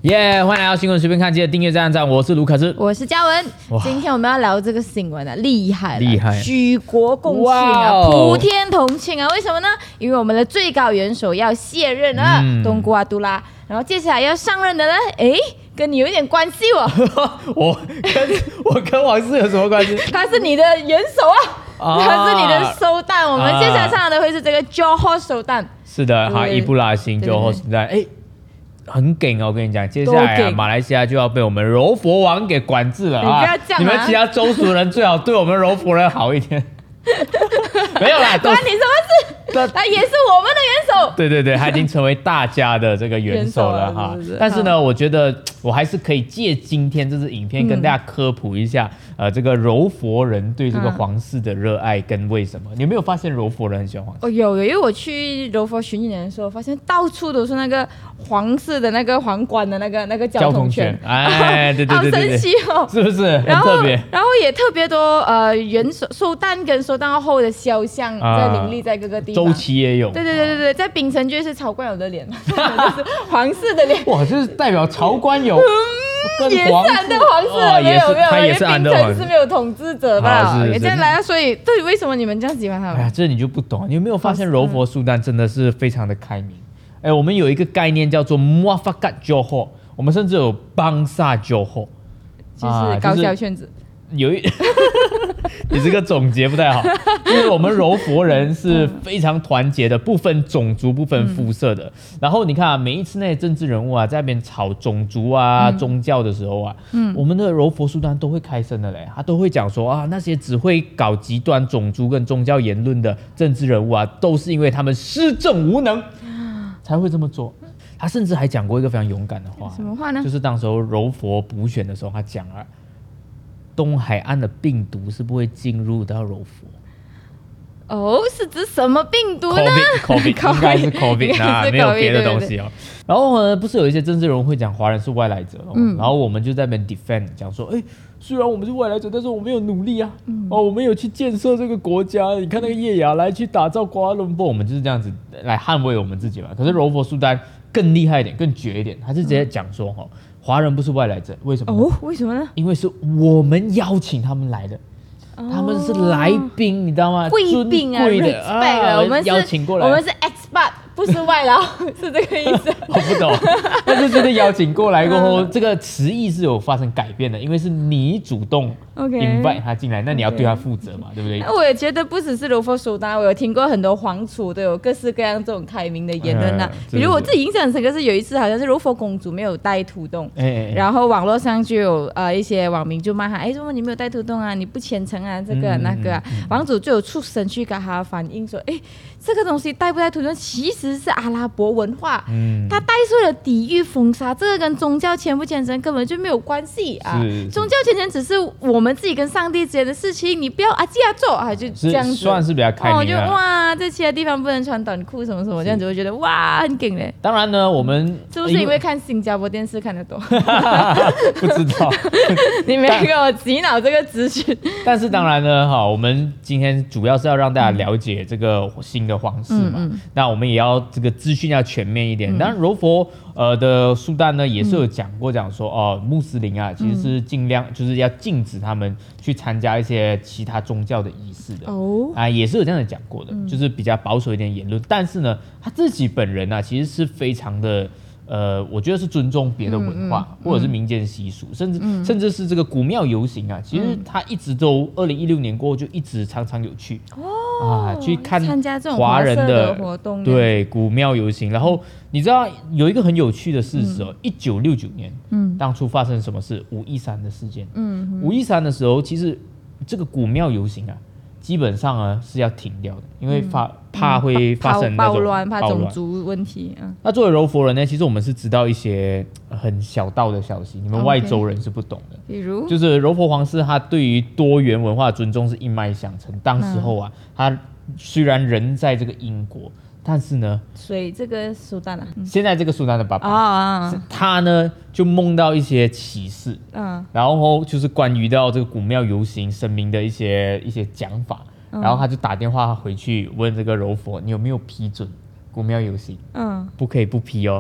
耶！欢迎来到新闻随便看，记得订阅这站，我是卢可斯， 我是嘉文。今天我们要聊这个新闻啊，厉害，举国共庆啊，普天同庆啊！为什么呢？因为我们的最高元首要卸任了，东姑阿杜拉。然后接下来要上任的呢，跟你有一点关系哦。 我跟王室有什么关系？ 他是你的元首啊，他是你的首弹。我们接下来上的会是这个 Johor 首弹。 是的，哈，伊布拉辛 Johor 首弹，很梗哦！我跟你讲，接下来啊，马来西亚就要被我们柔佛王给管制了啊！ 你不要这样啊！ 你们其他州属人最好对我们柔佛人好一点。没有啦， 关你什么事？他也是我们的元首。 对，他已经成为大家的这个元首了哈。但是呢，我觉得我还是可以借今天这支影片跟大家科普一下，这个柔佛人对这个皇室的热爱跟为什么。你有没有发现柔佛人很喜欢皇室？ 有，因为我去柔佛巡演的时候，发现到处都是那个皇室的那个皇冠的那个交通圈， 对， 好神奇哦， 是不是很特别？ 然后也特别多元首寿诞跟寿诞后的肖像在林立在各个地方， 周琦也有， 对，在槟城就是曹冠友的脸，就是皇室的脸， 哇，这是代表曹冠友。 也是安德皇室的，没有， 他也是安德皇室， 是没有统治者吧？这样来，所以对，为什么你们这样喜欢他们？ 这你就不懂，你有没有发现柔佛苏丹真的是非常的开明？我们有一个概念叫做 Muafakat Johor， 我们甚至有Bangsa Johor， 就是高校圈子。 有一，你这个总结不太好。就是我们柔佛人是非常团结的，不分种族、不分肤色的。然后你看啊，每一次那些政治人物啊，在那边吵种族啊、宗教的时候啊，我们的柔佛苏丹都会开声的嘞，他都会讲说啊，那些只会搞极端种族跟宗教言论的政治人物啊，都是因为他们施政无能才会这么做。他甚至还讲过一个非常勇敢的话， 什么话呢？ 就是当时候柔佛补选的时候，他讲了。东海岸的病毒是不会进入到柔佛。 是指什么病毒呢 ？COVID 应该是 COVID 啊，没有别的东西哦。然后呢，不是有一些政治人物会讲华人是外来者然后我们就在那边 defend 讲说，虽然我们是外来者，但是我们有努力啊，我们有去建设这个国家。你看那个叶雅来去打造瓜拉伦布，我们就是这样子来捍卫我们自己嘛。可是柔佛苏丹更厉害一点，更绝一点，他是直接讲说华人不是外来者，为什么？ 为什么呢？ 因为是我们邀请他们来的，他们是来宾，你知道吗？ 贵宾啊，respect，我们邀请过来， 我们是 expat， 不是外劳，是这个意思。 我不懂，但是真的邀请过来过后，这个词义是有发生改变的，因为是你主动 invite 他进来，那你要对他负责嘛，对不对？ 我也觉得不只是柔佛首丹，我有听过很多皇储都有各式各样这种开明的言论啊。比如我自己印象很深刻是有一次，好像是柔佛公主没有带土洞，然后网络上就有一些网民就骂她，为什么你没有带土洞啊？你不虔诚啊，这个那个啊。王主就有出声去跟他反映说，这个东西带不带土洞其实是阿拉伯文化，它带出了抵御封杀，这个跟宗教虔不虔诚根本就没有关系啊。宗教虔诚只是我们自己跟上帝之间的事情，你不要这样做啊，就这样子。 算是比较开明就哇，在其他地方不能穿短裤什么什么，这样子会觉得哇很劲嘞。 当然呢，我们是不是因为看新加坡电视看得多？ 不知道， 你没给我洗脑这个资讯。 但是当然呢，我们今天主要是要让大家了解这个新的皇室嘛，那我们也要这个资讯要全面一点。当然柔佛的苏丹呢也是有讲说穆斯林啊其实是尽量就是要禁止他们去参加一些其他宗教的仪式的也是有这样的讲过的，就是比较保守一点言论。但是呢，他自己本人啊其实是非常的我觉得是尊重别的文化或者是民间习俗，甚至是这个古庙游行啊，其实他一直都2016年过后就一直常常有去去看参加这种华人的活动， 对古庙游行。然后你知道有一个很有趣的事实1969年当初发生什么事？513的事件。513的时候，其实这个古庙游行啊基本上呢是要停掉的，因为怕会发生那种暴乱，怕种族问题。 那作为柔佛人呢，其实我们是知道一些很小道的消息，你们外州人是不懂的。 比如， 就是柔佛皇室他对于多元文化的尊重是一脉相承。当时候啊，他虽然人在这个英国，但是呢， 所以这个苏丹啊， 现在这个苏丹的爸爸他呢就梦到一些启示，然后就是关于到这个古庙游行神明的一些讲法，然后他就打电话回去问这个柔佛，你有没有批准古庙游行？不可以不批哦。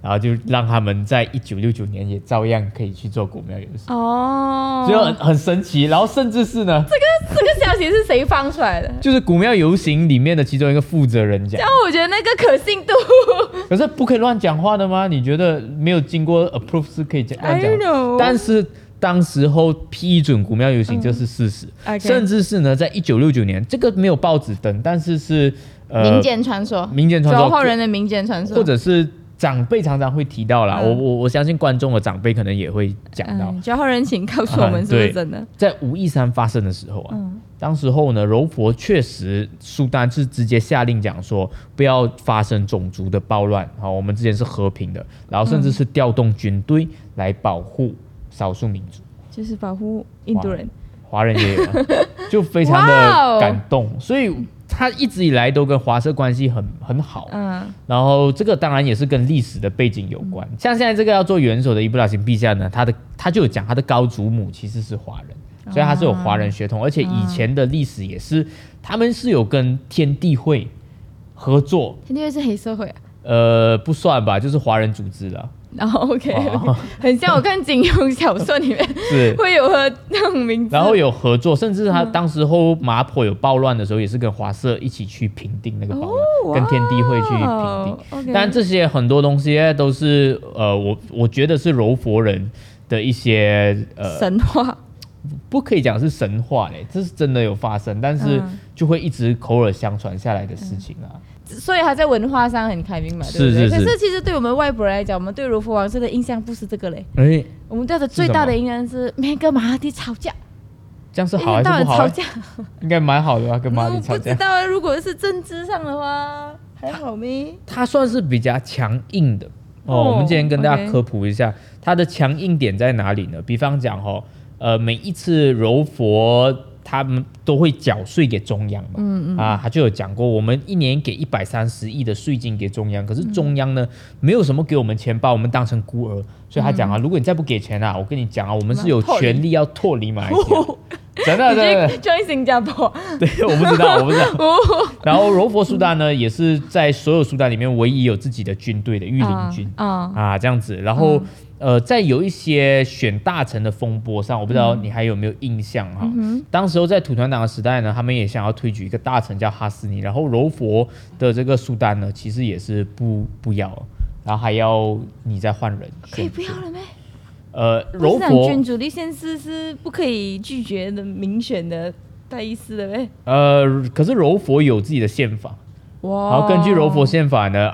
然后就让他们在1969年也照样可以去做古庙游行哦，就很神奇。然后甚至是呢， 这个消息是谁放出来的？ 就是古庙游行里面的其中一个负责人讲。 这样我觉得那个可信度， 可是不可以乱讲话的吗？你觉得没有经过 approve 是可以乱讲？但是当时候批准古庙游行这是事实，甚至是呢，在1969年，这个没有报纸登，但是民间传说，九号人的民间传说， 或者是长辈常常会提到啦。我相信观众的长辈可能也会讲到。 九号人，请告诉我们是不是真的？ 在武夷山发生的时候啊，当时候呢，柔佛确实苏丹是直接下令讲说，不要发生种族的暴乱，好，我们之间是和平的，然后甚至是调动军队来保护少数民族， 就是保护印度人， 华人也有，就非常的感动，所以他一直以来都跟华社关系很好，然后这个当然也是跟历史的背景有关，像现在这个要做元首的伊布拉辛陛下呢，他就有讲他的高祖母其实是华人，所以他是有华人血统，而且以前的历史也是他们是有跟天地会合作， 天地会是黑社会啊？ 不算吧，就是华人组织了。 然后 OK， 很像我看金庸小说里面是会有那种名字， 然后有合作，甚至他当时候麻坡有暴乱的时候，也是跟华社一起去平定那个暴乱，跟天地会去平定。但这些很多东西都是我觉得是柔佛人的一些神话， 不可以讲是神话嘞，这是真的有发生，但是就会一直口耳相传下来的事情啊。 所以他在文化上很开明嘛，对不对？可是其实对我们外国人来讲，我们对柔佛王室的印象不是这个嘞。我们对他最大的印象是每个马哈迪吵架， 这样是好还是不好？吵架应该蛮好的吧，跟马哈迪吵架。 不知道，如果是政治上的话，还好没。 他算是比较强硬的我们今天跟大家科普一下，他的强硬点在哪里呢？比方讲每一次柔佛他们都会缴税给中央嘛，他就有讲过，我们一年给130亿的税金给中央，可是中央呢没有什么给我们钱，把我们当成孤儿，所以他讲如果你再不给钱我跟你讲我们是有权利要脱离马来西亚。真的 join 新加坡？ 对，我不知道。然后柔佛苏丹呢，也是在所有苏丹里面唯一有自己的军队的御林军这样子。然后在有一些选大臣的风波上，我不知道你还有没有印象哈？当时候在土团党的时代呢，他们也想要推举一个大臣叫哈斯尼，然后柔佛的这个苏丹呢，其实也是不要，然后还要你再换人， 可以不要了没？ 柔佛君主立宪制是不可以拒绝的民选的代议士的呗？ 可是柔佛有自己的宪法，然后根据柔佛宪法呢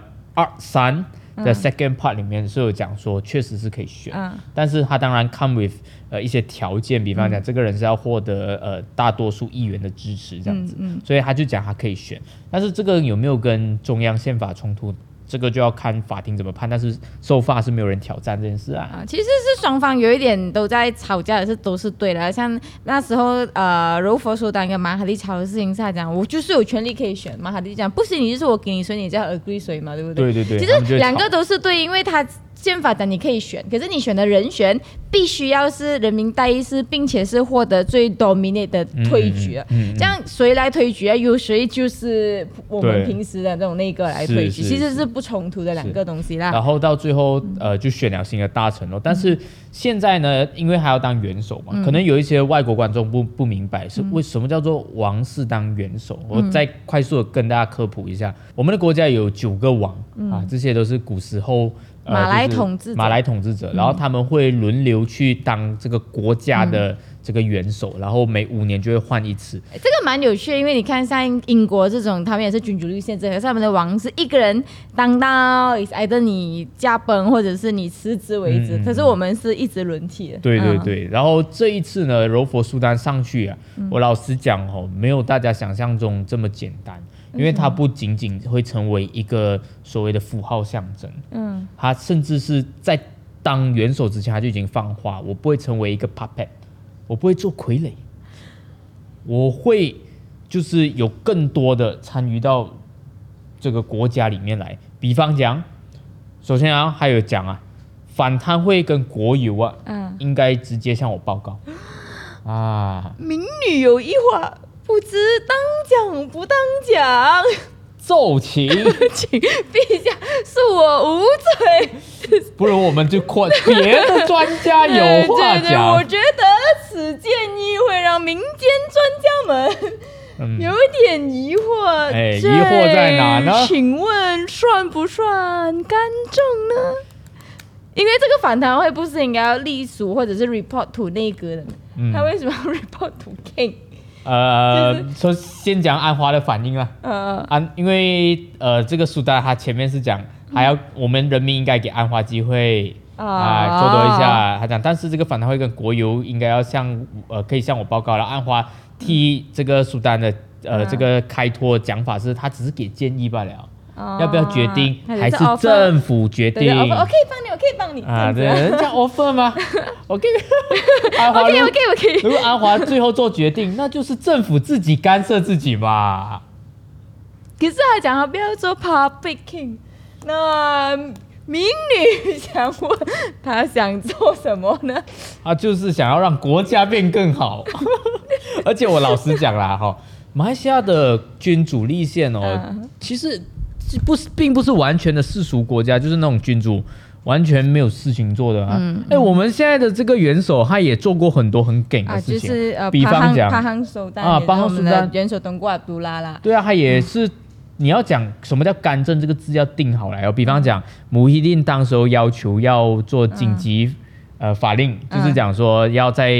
，3的 second part 里面是有讲说，确实是可以选，但是他当然 come with 一些条件，比方讲这个人是要获得大多数议员的支持这样子，所以他就讲他可以选，但是这个有没有跟中央宪法冲突？这个就要看法庭怎么判，但是so far是没有人挑战这件事其实是双方有一点都在吵架的，都是对的。像那时候柔佛苏丹跟马哈迪吵的事情是他讲，我就是有权利可以选，马哈迪讲不行，你就是我给你，所以你就要 agree 谁嘛，对不对？ 对。 其实两个都是对，因为他宪法讲你可以选，可是你选的人选必须要是人民代议士，并且是获得最 dominate 的推举这样谁来推举有谁就是我们平时的这种内阁来推举，其实是不冲突的两个东西啦。 然后到最后就选了新的大臣但是现在呢，因为还要当元首嘛，可能有一些外国观众不明白是为什么叫做王室当元首。我再快速的跟大家科普一下，我们的国家有9个王这些都是古时候马来统治者， 然后他们会轮流去当这个国家的这个元首，然后每5年就会换一次。 这个蛮有趣的，因为你看像英国这种，他们也是君主立宪制，可是他们的王是一个人当到either你驾崩或者是你辞职为止，可是我们是一直轮替的。 对。然后这一次呢，柔佛苏丹上去我老实讲没有大家想象中这么简单。因为它不仅仅会成为一个所谓的符号象征，它甚至是在当元首之前，他就已经放话，我不会成为一个 puppet， 我不会做傀儡，我会就是有更多的参与到这个国家里面来。比方讲，首先还有讲反贪会跟国有应该直接向我报告民女有一话。不知当讲不当讲， 奏请请陛下恕我无罪。 不如我们就扩别的专家有话讲。 对，我觉得此建议会让民间专家们有一点疑惑。 疑惑在哪呢？ 请问算不算干政呢？因为这个反弹会不是应该要隶属或者是 report to 内阁的吗？他为什么要 report to King？ 说先讲安华的反应啦。因为这个苏丹他前面是讲还要我们人民应该给安华机会做多一下，他讲，但是这个反弹会跟国油应该要可以向我报告了。安华替这个苏丹的这个开脱讲法是，他只是给建议罢了。要不要决定还是政府决定？ 我可以帮你啊！ 对，人家 offer 吗？我可以。如果安华最后做决定，那就是政府自己干涉自己嘛。 可是他讲他不要做 public king， 那民女想问他想做什么呢？ 他就是想要让国家变更好。而且我老实讲啦，马来西亚的君主立宪其实并不是完全的世俗国家，就是那种君主完全没有事情做的我们现在的这个元首他也做过很多很梗的事情， 就是比方讲巴夯苏丹巴夯苏丹元首东过阿卜杜拉啦。 对啊，他也是。你要讲什么叫干政这个字要定好来比方讲穆希丁当时候要求要做紧急法令，就是讲说要在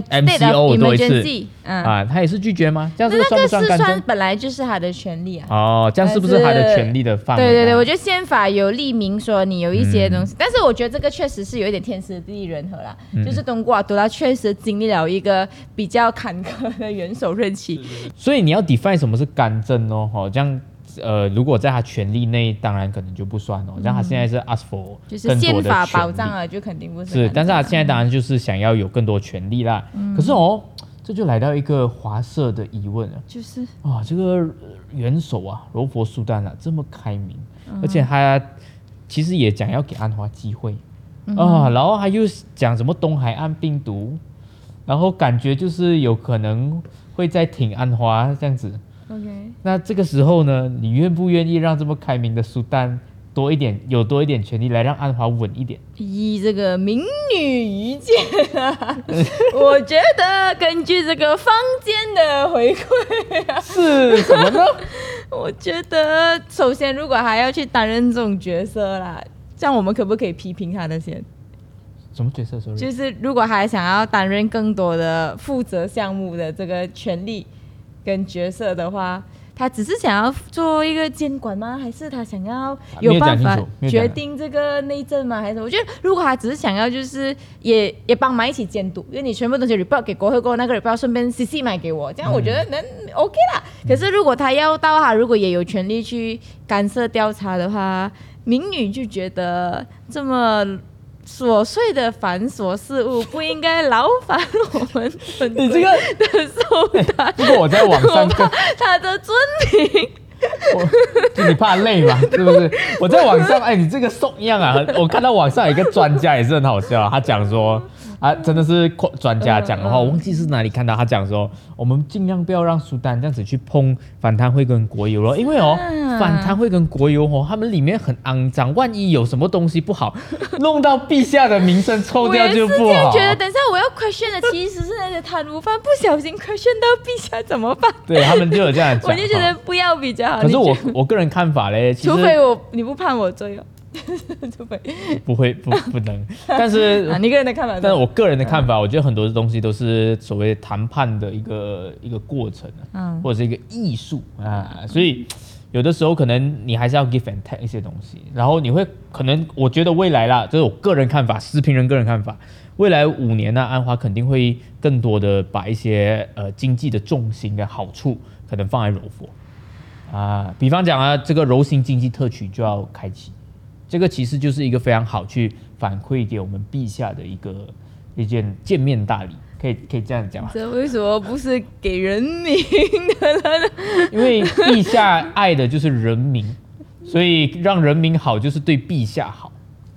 MCO 多一次他也是拒绝吗？这样子算不算干政？ 本来就是他的权利啊。 这样是不是他的权利的范围？ 对，我觉得宪法有立明说你有一些东西，但是我觉得这个确实是有一点天时地利人和啦。就是东过阿杜拉确实经历了一个比较坎坷的元首任期， 所以你要 define 什么是干政这样。如果在他权力内，当然可能就不算像他现在是 ask for 就是宪法保障了，就肯定不是。但是他现在当然就是想要有更多权利啦。可是这就来到一个华社的疑问了， 就是这个元首柔佛苏丹这么开明，而且他其实也讲要给安华机会然后他又讲什么东海岸病毒，然后感觉就是有可能会再挺安华这样子。 Okay. 那这个时候呢，你愿不愿意让这么开明的苏丹有多一点权利来让安华稳一点？ 依这个民女愚见我觉得根据这个坊间的回馈是什么呢？ 我觉得首先如果还要去担任这种角色啦，这样我们可不可以批评他的先？ 什么角色？ 就是如果还想要担任更多的负责项目的这个权利跟角色的话，他只是想要做一个监管吗？还是他想要有办法决定这个内政吗？还是我觉得如果他只是想要就是也帮忙一起监督，因为你全部东西 report 给国会过后，那个 report 顺便 CC 买给我，这样我觉得能 OK 啦。可是如果他要到他如果也有权利去干涉调查的话，民女就觉得这么琐碎的繁琐事物不应该劳烦我们你这个的苏丹。 不过我在网上看他的尊名， 就你怕累嘛，是不是？我在网上，你这个送样我看到网上有一个专家也是很好笑，他讲说真的是专家讲的话，我忘记是哪里看到，他讲说我们尽量不要让苏丹这样子去碰反贪会跟国油了，因为反贪会跟国油他们里面很肮脏，万一有什么东西不好，弄到陛下的名声臭掉就不好。我也是这样觉得，等一下我要 question 的其实是那些贪污犯，不小心 question 到陛下怎么办？ 对他们就有这样讲， 我就觉得不要比较好。 可是我个人看法嘞， 除非你不判我罪不会不能，但是你个人的看法？ 但是我个人的看法，我觉得很多东西都是所谓谈判的一个过程或者是一个艺术所以有的时候可能你还是要 give and take 一些东西，然后你会可能我觉得未来啦，这是我个人看法，时评人个人看法，未来5年安华肯定会更多的把一些经济的重心的好处可能放在柔佛比方讲这个柔性经济特区就要开启。这个其实就是一个非常好去反馈给我们陛下的一件见面大礼，可以这样讲吗？ 这为什么不是给人民的呢？ 因为陛下爱的就是人民，所以让人民好就是对陛下好。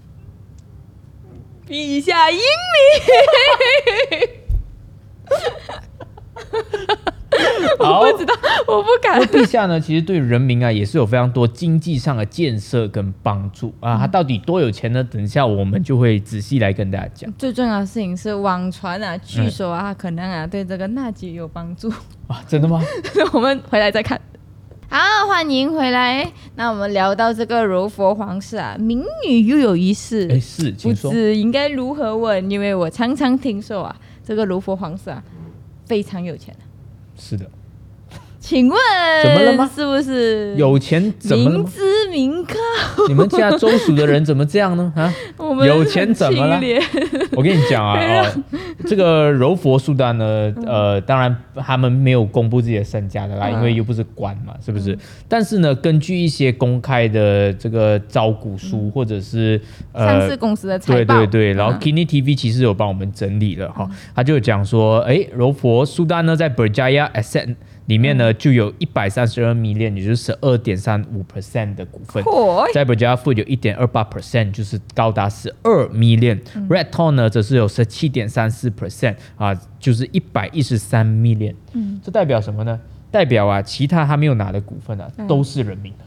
陛下英明。 我不知道，我不敢。 陛下呢，其实对人民啊也是有非常多经济上的建设跟帮助啊。他到底多有钱呢？等一下我们就会仔细来跟大家讲。 最重要的事情是网传啊，据说啊，可能啊对这个纳吉有帮助啊，真的吗？ 我们回来再看。好，欢迎回来。那我们聊到这个柔佛皇室啊，民女又有一事， 是，请说。 不知应该如何问，因为我常常听说啊，这个柔佛皇室啊非常有钱。 是的。 请问怎么了吗？ 是不是有钱怎么了吗？ 民脂民膏？ 你们家州属的人怎么这样呢？啊，有钱怎么了？我跟你讲啊，这个柔佛苏丹呢，当然他们没有公布自己的身家的啦，因为又不是官嘛，是不是？但是呢，根据一些公开的这个招股书或者是上市公司的财报， 对，然后 Kini TV 其实有帮我们整理了哈，他就讲说，柔佛苏丹呢在 Berjaya Asset里面呢就有132 million， 也就是12.35% 的股份，在 Berjaya Food 有1.28%，就是高达12 million。Red Thorn 呢则是有17.34%，啊，就是113 million。这代表什么呢？代表啊，其他他没有拿的股份啊，都是人民的。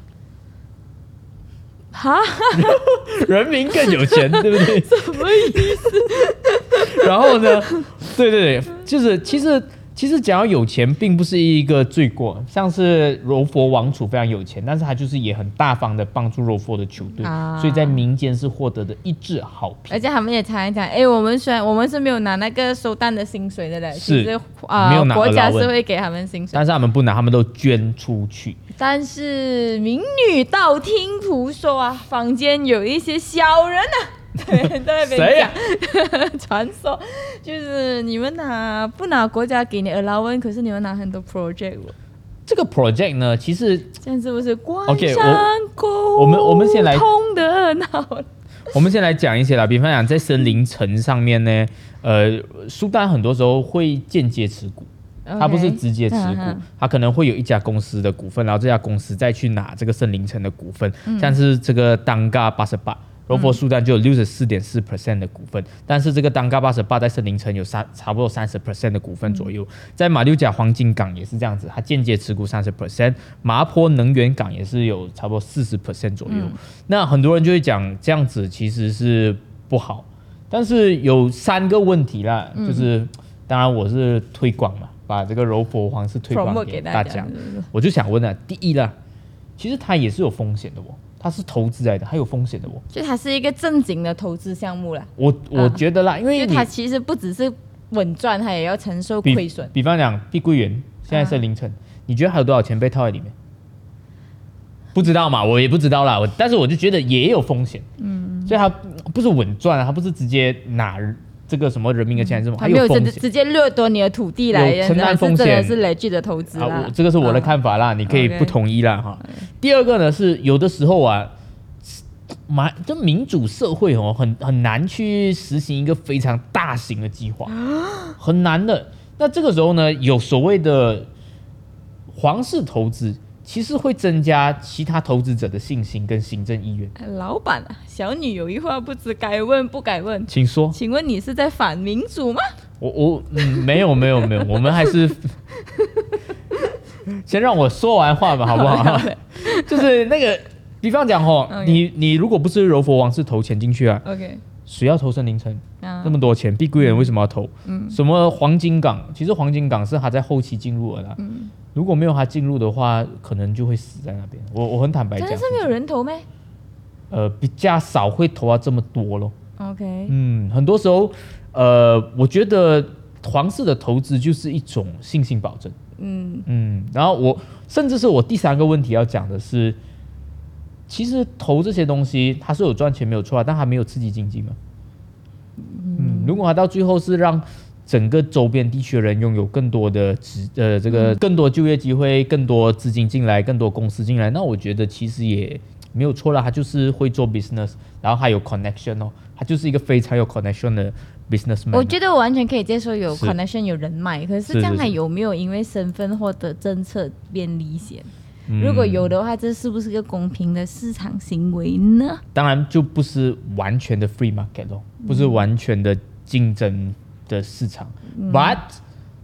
哈， 人民更有钱，对不对？ 什么意思？ 然后呢，对，就是其实讲到有钱，并不是一个罪过。像是柔佛王储非常有钱，但是他就是也很大方的帮助柔佛的球队，所以在民间是获得的一致好评。 而且他们也常常讲，我们虽然我们是没有拿那个收蛋的薪水的嘞， 是其实没有拿， 国家是会给他们薪水， 但是他们不拿，他们都捐出去。 但是民女道听途说啊，坊间有一些小人啊。对，在那边讲传说，就是你们不拿国家给你 allowance， 可是你们拿很多 project。 这个 project 呢，其实这样是不是官 ？OK， 我们先来痛的脑。 我们先来讲一些啦，比方讲在森林城上面呢，苏丹很多时候会间接持股。他不是直接持股，他可能会有一家公司的股份，然后这家公司再去拿这个森林城的股份，像是这个当嘎88。柔佛苏丹就有64.4% 的股份，但是这个当嘎88在森林城有差不多30% 的股份左右，在马六甲黄金港也是这样子，它间接持股30%，麻坡能源港也是有差不多40% 左右。那很多人就会讲这样子其实是不好，但是有3个问题啦，就是当然我是推广嘛，把这个柔佛皇室推广给大家，我就想问第一啦，其实它也是有风险的哦。它是投资来的，还有风险的哦， 所以它是一个正经的投资项目啦。 我觉得啦，因为它其实不只是稳赚，它也要承受亏损。 比方讲碧桂园现在森林城，你觉得还有多少钱被套在里面？不知道嘛，我也不知道啦。但是我就觉得也有风险，所以它不是稳赚啊，它不是直接拿这个什么人民的钱， 它没有直接掠夺你的土地来承担风险， 是legit的投资啦。 这个是我的看法啦，你可以不同意啦哈。第二个呢是有的时候啊，这民主社会哦，很难去实行一个非常大型的计划，很难的。那这个时候呢，有所谓的皇室投资。其实会增加其他投资者的信心跟行政意愿。 老板啊，小女有一话不知该问不该问， 请说。 请问你是在反民主吗？ 没有，我们还是先让我说完话吧，好不好？就是那个，比方讲你如果不是柔佛王室投钱进去啊 ，OK， 谁要投森林城？那么多钱，碧桂园为什么要投？什么黄金港？其实黄金港是他在后期进入的啦。如果没有他进入的话，可能就会死在那边。我很坦白讲， 真的是没有人投咩？ 比较少会投到这么多咯。 OK， 很多时候，我觉得皇室的投资就是一种信心保证。然后甚至是我第3个问题要讲的是，其实投这些东西它是有赚钱没有错，但它没有刺激经济嘛。如果它到最后是让整个周边地区的人拥有更多的更多就业机会，更多资金进来，更多公司进来，那我觉得其实也没有错啦。他就是会做 business， 然后还有 connection 哦，他就是一个非常有 connection 的 businessman。 我觉得我完全可以接受有 connection 有人脉，可是这样他有没有因为身份或者政策便利险？如果有的话，这是不是个公平的市场行为呢？ 当然就不是完全的 free market 咯，不是完全的竞争的市场，but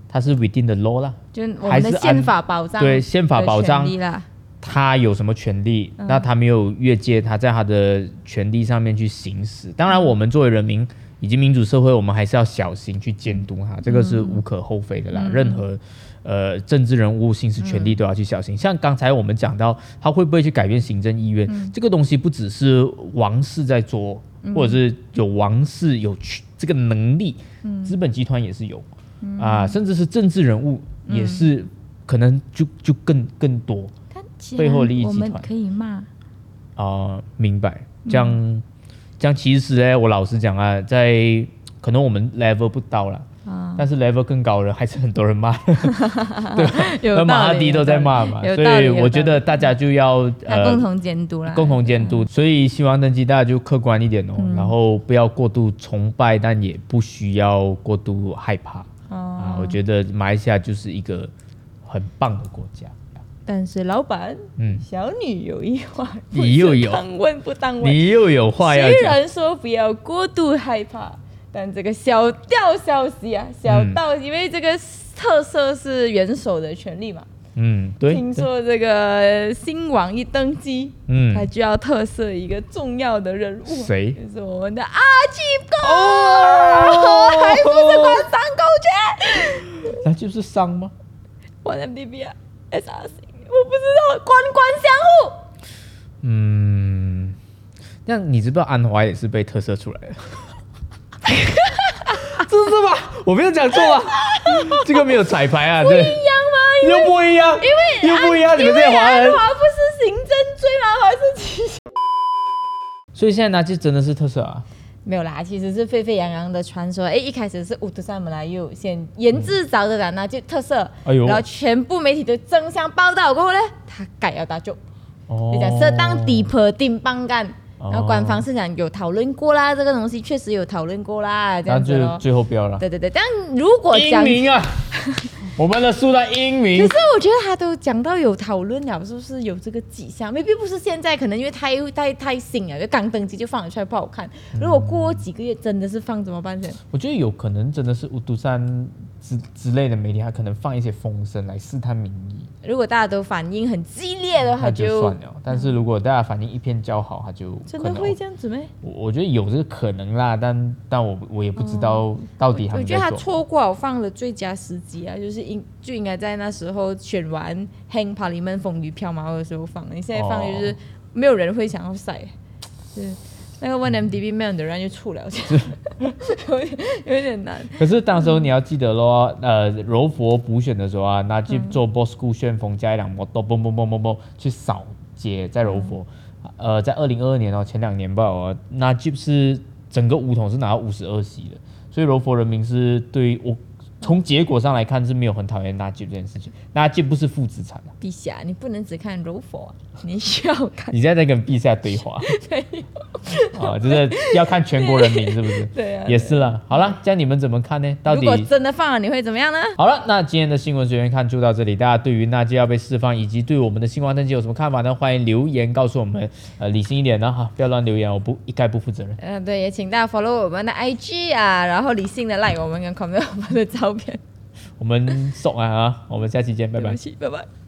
他是 within the law 啦， 就我们的宪法保障， 对宪法保障他有什么权利，那他没有越界，他在他的权利上面去行使。当然，我们作为人民以及民主社会，我们还是要小心去监督他，这个是无可厚非的啦。任何政治人物行使权利都要去小心。像刚才我们讲到，他会不会去改变行政意愿，这个东西不只是王室在做，或者是有王室有这个能力，资本集团也是有甚至是政治人物也是可能就更多。背后利益集团， 我们可以骂明白。这样其实呢，我老实讲啊，在可能我们 level 不到啦，但是 level 更高的还是很多人骂，对吧？那马哈迪都在骂嘛，所以我觉得大家就要共同监督啦， 共同监督。所以希望登记大家就客观一点然后不要过度崇拜，但也不需要过度害怕我觉得马来西亚就是一个很棒的国家。 但是老板，小女有一话， 你又有当问不当问， 你又有话要讲。 虽然说不要过度害怕，但这个小道消息因为这个特色是元首的权利嘛， 对。 听说这个新王一登基，他就要特赦一个重要的人物， 谁？ 就是我们的阿基哥，还不是官商勾结？ 那就是商吗 ？1MDB SRC。我不知道，官相护。 那你知不知道安华也是被特赦出来的？这是吧？我没有讲错吧？这个没有彩排啊， 不一样吗？ 又不一样，又不一样，你们这些华人。 安华不是行政罪吗？还是其实？ 所以现在那就真的是特赦啊？ 没有啦，其实是沸沸扬扬的传说。一开始是Utusan Melayu先言之凿的那就特赦，然后全部媒体都争相报道过后呢，他改了打就，就讲适当低坡定帮干。然后官方是讲有讨论过啦，这个东西确实有讨论过啦，这样子咯。 就最后不要了。 对，但如果讲英明啊，我们的苏丹英明。 可是我觉得他都讲到有讨论了，是不是有这个迹象？maybe不是现在，可能因为太新了，就刚登基就放了出来不好看。如果过几个月真的是放怎么办先？ 我觉得有可能真的是Utusan之类的媒体，他可能放一些风声来试探民意。 如果大家都反应很激烈的话， 就算了。但是如果大家反应一片叫好，他就真的会这样子吗？ 我觉得有这个可能啦，但我也不知道到底他们在做。 我觉得他错过放了最佳时机啊，就是就应该在那时候选完 Hang Parliament 风雨飘渺的时候放。你现在放就是没有人会想要晒，是那个 1MDB 没有的人就出了，有点难。 可是当时候你要记得咯，柔佛补选的时候啊，那就做 Bosco 旋风加一辆摩托，嘣去扫街在柔佛。在2022年前2年吧，那 Najib 是整个巫统是拿到52席的，所以柔佛人民是对我从结果上来看是没有很讨厌Najib这件事情。Najib不是负资产陛下，你不能只看柔佛，你需要看。 你现在在跟陛下对话，就是要看全国人民是不是？ 对啊， 也是啦。好了，这样你们怎么看呢？到底如果真的放了，你会怎么样呢？ 好了，那今天的新闻随便看就到这里。大家对于Najib要被释放，以及对我们的新王登基有什么看法呢？欢迎留言告诉我们。理性一点的哈，不要乱留言，我一概不负责任。 对，也请大家 follow 我们的 IG 然后理性的 like 我们跟 comment 我们的照片。 我们送我们下期见，拜拜。 拜拜。